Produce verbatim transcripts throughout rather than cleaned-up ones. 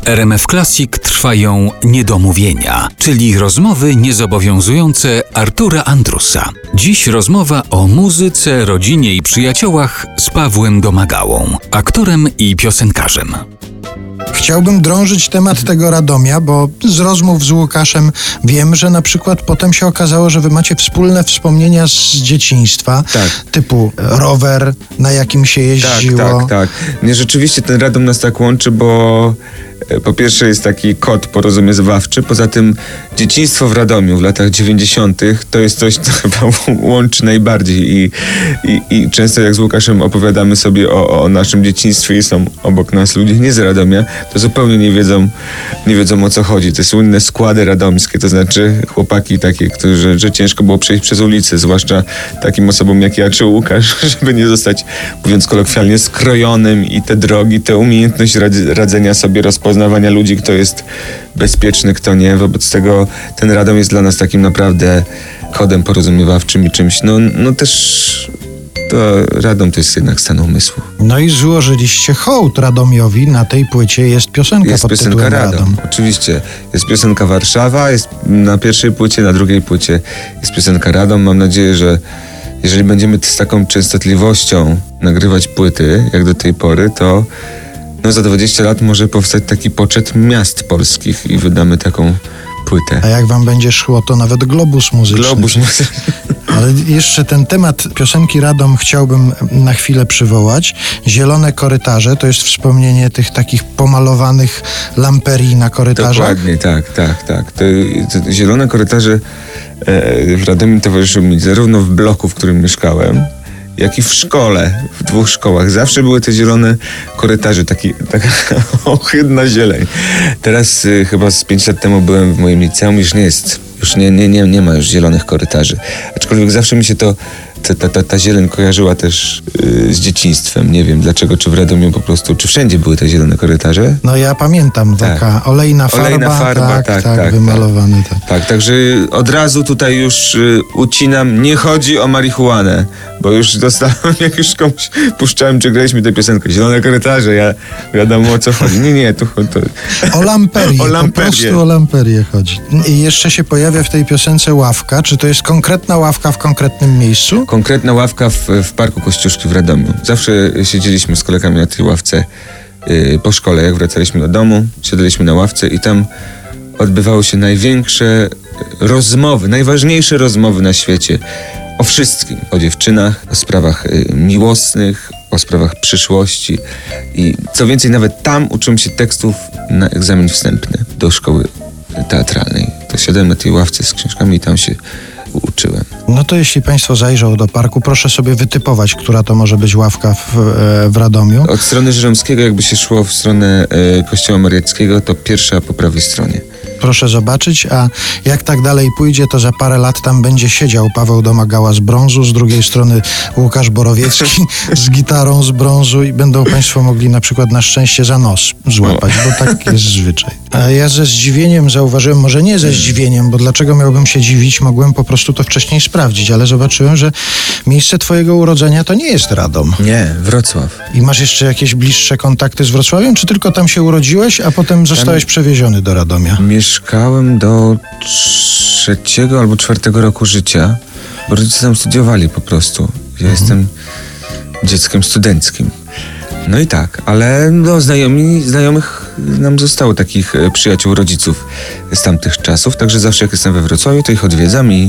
R M F Classic trwają niedomówienia, czyli rozmowy niezobowiązujące Artura Andrusa. Dziś rozmowa o muzyce, rodzinie i przyjaciołach z Pawłem Domagałą, aktorem i piosenkarzem. Chciałbym drążyć temat tego Radomia, bo z rozmów z Łukaszem wiem, że na przykład potem się okazało, że wy macie wspólne wspomnienia z dzieciństwa, tak. Typu rower, na jakim się jeździło. Tak, tak, tak. Nie, rzeczywiście ten Radom nas tak łączy, bo po pierwsze jest taki kod porozumiewawczy, poza tym dzieciństwo w Radomiu w latach dziewięćdziesiątych to jest coś, co chyba łączy najbardziej i, i, i często jak z Łukaszem opowiadamy sobie o, o naszym dzieciństwie i są obok nas ludzie nie z Radomia, to zupełnie nie wiedzą, nie wiedzą o co chodzi. Te słynne składy radomskie, to znaczy chłopaki takie, którzy, że ciężko było przejść przez ulicę, zwłaszcza takim osobom jak ja czy Łukasz, żeby nie zostać, mówiąc kolokwialnie, skrojonym i te drogi, tę umiejętność radzenia sobie, rozpoznawania ludzi, kto jest bezpieczny, kto nie. Wobec tego ten Radom jest dla nas takim naprawdę kodem porozumiewawczym i czymś, no, no też to Radom to jest jednak stan umysłu. No i złożyliście hołd Radomiowi, na tej płycie jest piosenka jest pod piosenka tytułem Radom. Radom. Oczywiście. Jest piosenka Warszawa, jest na pierwszej płycie, na drugiej płycie jest piosenka Radom. Mam nadzieję, że jeżeli będziemy z taką częstotliwością nagrywać płyty, jak do tej pory, to no za dwadzieścia lat może powstać taki poczet miast polskich i wydamy taką płytę. A jak wam będzie szło, to nawet globus muzyczny. Globus muzyczny. Ale jeszcze ten temat piosenki Radom chciałbym na chwilę przywołać. Zielone korytarze to jest wspomnienie tych takich pomalowanych lamperii na korytarzach. Dokładnie, tak, tak, tak. Te, te zielone korytarze e, w Radomiu towarzyszyły mi zarówno w bloku, w którym mieszkałem, jak i w szkole, w dwóch szkołach. Zawsze były te zielone korytarze, taki, taka ohydna zieleń. Teraz y, chyba z pięć lat temu byłem w moim liceum, już nie jest, już nie, nie, nie, nie ma już zielonych korytarzy. Aczkolwiek zawsze mi się to, ta, ta, ta, ta zieleń kojarzyła też y, z dzieciństwem. Nie wiem dlaczego, czy w Radomiu po prostu, czy wszędzie były te zielone korytarze? No ja pamiętam, taka tak. olejna farba, olejna farba tak, tak, tak, tak wymalowany. Tak. Tak. tak, także od razu tutaj już y, ucinam, nie chodzi o marihuanę, bo już dostałem, jak już komuś puszczałem, czy graliśmy tę piosenkę, zielone korytarze, ja wiadomo o co chodzi. Nie, nie, tu to... O lamperię, o lamperię. Po prostu o lamperię chodzi. I jeszcze się pojawia w tej piosence ławka. Czy to jest konkretna ławka w konkretnym miejscu? Konkretna ławka w, w Parku Kościuszki w Radomiu. Zawsze siedzieliśmy z kolegami na tej ławce yy, po szkole, jak wracaliśmy do domu, siadaliśmy na ławce i tam odbywały się największe rozmowy, najważniejsze rozmowy na świecie. O wszystkim. O dziewczynach, o sprawach y, miłosnych, o sprawach przyszłości. I co więcej, nawet tam uczyłem się tekstów na egzamin wstępny do szkoły teatralnej. To siadałem na tej ławce z książkami i tam się uczyłem. No to jeśli państwo zajrzą do parku, proszę sobie wytypować, która to może być ławka w, w Radomiu. Od strony Żeromskiego, jakby się szło w stronę y, Kościoła Mariackiego, to pierwsza po prawej stronie. Proszę zobaczyć, a jak tak dalej pójdzie, to za parę lat tam będzie siedział Paweł Domagała z brązu, z drugiej strony Łukasz Borowiecki z gitarą z brązu i będą państwo mogli na przykład na szczęście za nos złapać, bo tak jest zwyczaj. A ja ze zdziwieniem zauważyłem, może nie ze zdziwieniem, bo dlaczego miałbym się dziwić, mogłem po prostu to wcześniej sprawdzić, ale zobaczyłem, że miejsce twojego urodzenia to nie jest Radom. Nie, Wrocław. I masz jeszcze jakieś bliższe kontakty z Wrocławiem, czy tylko tam się urodziłeś, a potem zostałeś tam przewieziony do Radomia? Mieszkałem do trzeciego albo czwartego roku życia, bo rodzice tam studiowali po prostu. Ja mhm. jestem dzieckiem studenckim. No i tak, ale no, znajomi, znajomych nam zostało takich e, przyjaciół rodziców z tamtych czasów, także zawsze jak jestem we Wrocławiu, to ich odwiedzam i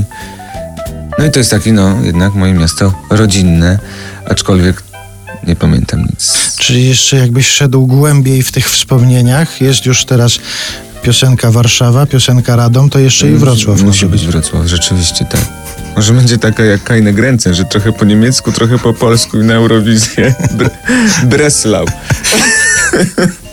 no i to jest takie, no jednak moje miasto rodzinne, aczkolwiek nie pamiętam nic. Czyli jeszcze jakbyś szedł głębiej w tych wspomnieniach, jest już teraz piosenka Warszawa, piosenka Radom, to jeszcze i Wrocław. Musi być Wrocław, rzeczywiście tak. Może będzie taka jak Keine Grenzen, że trochę po niemiecku, trochę po polsku i na Eurowizję. Breslau.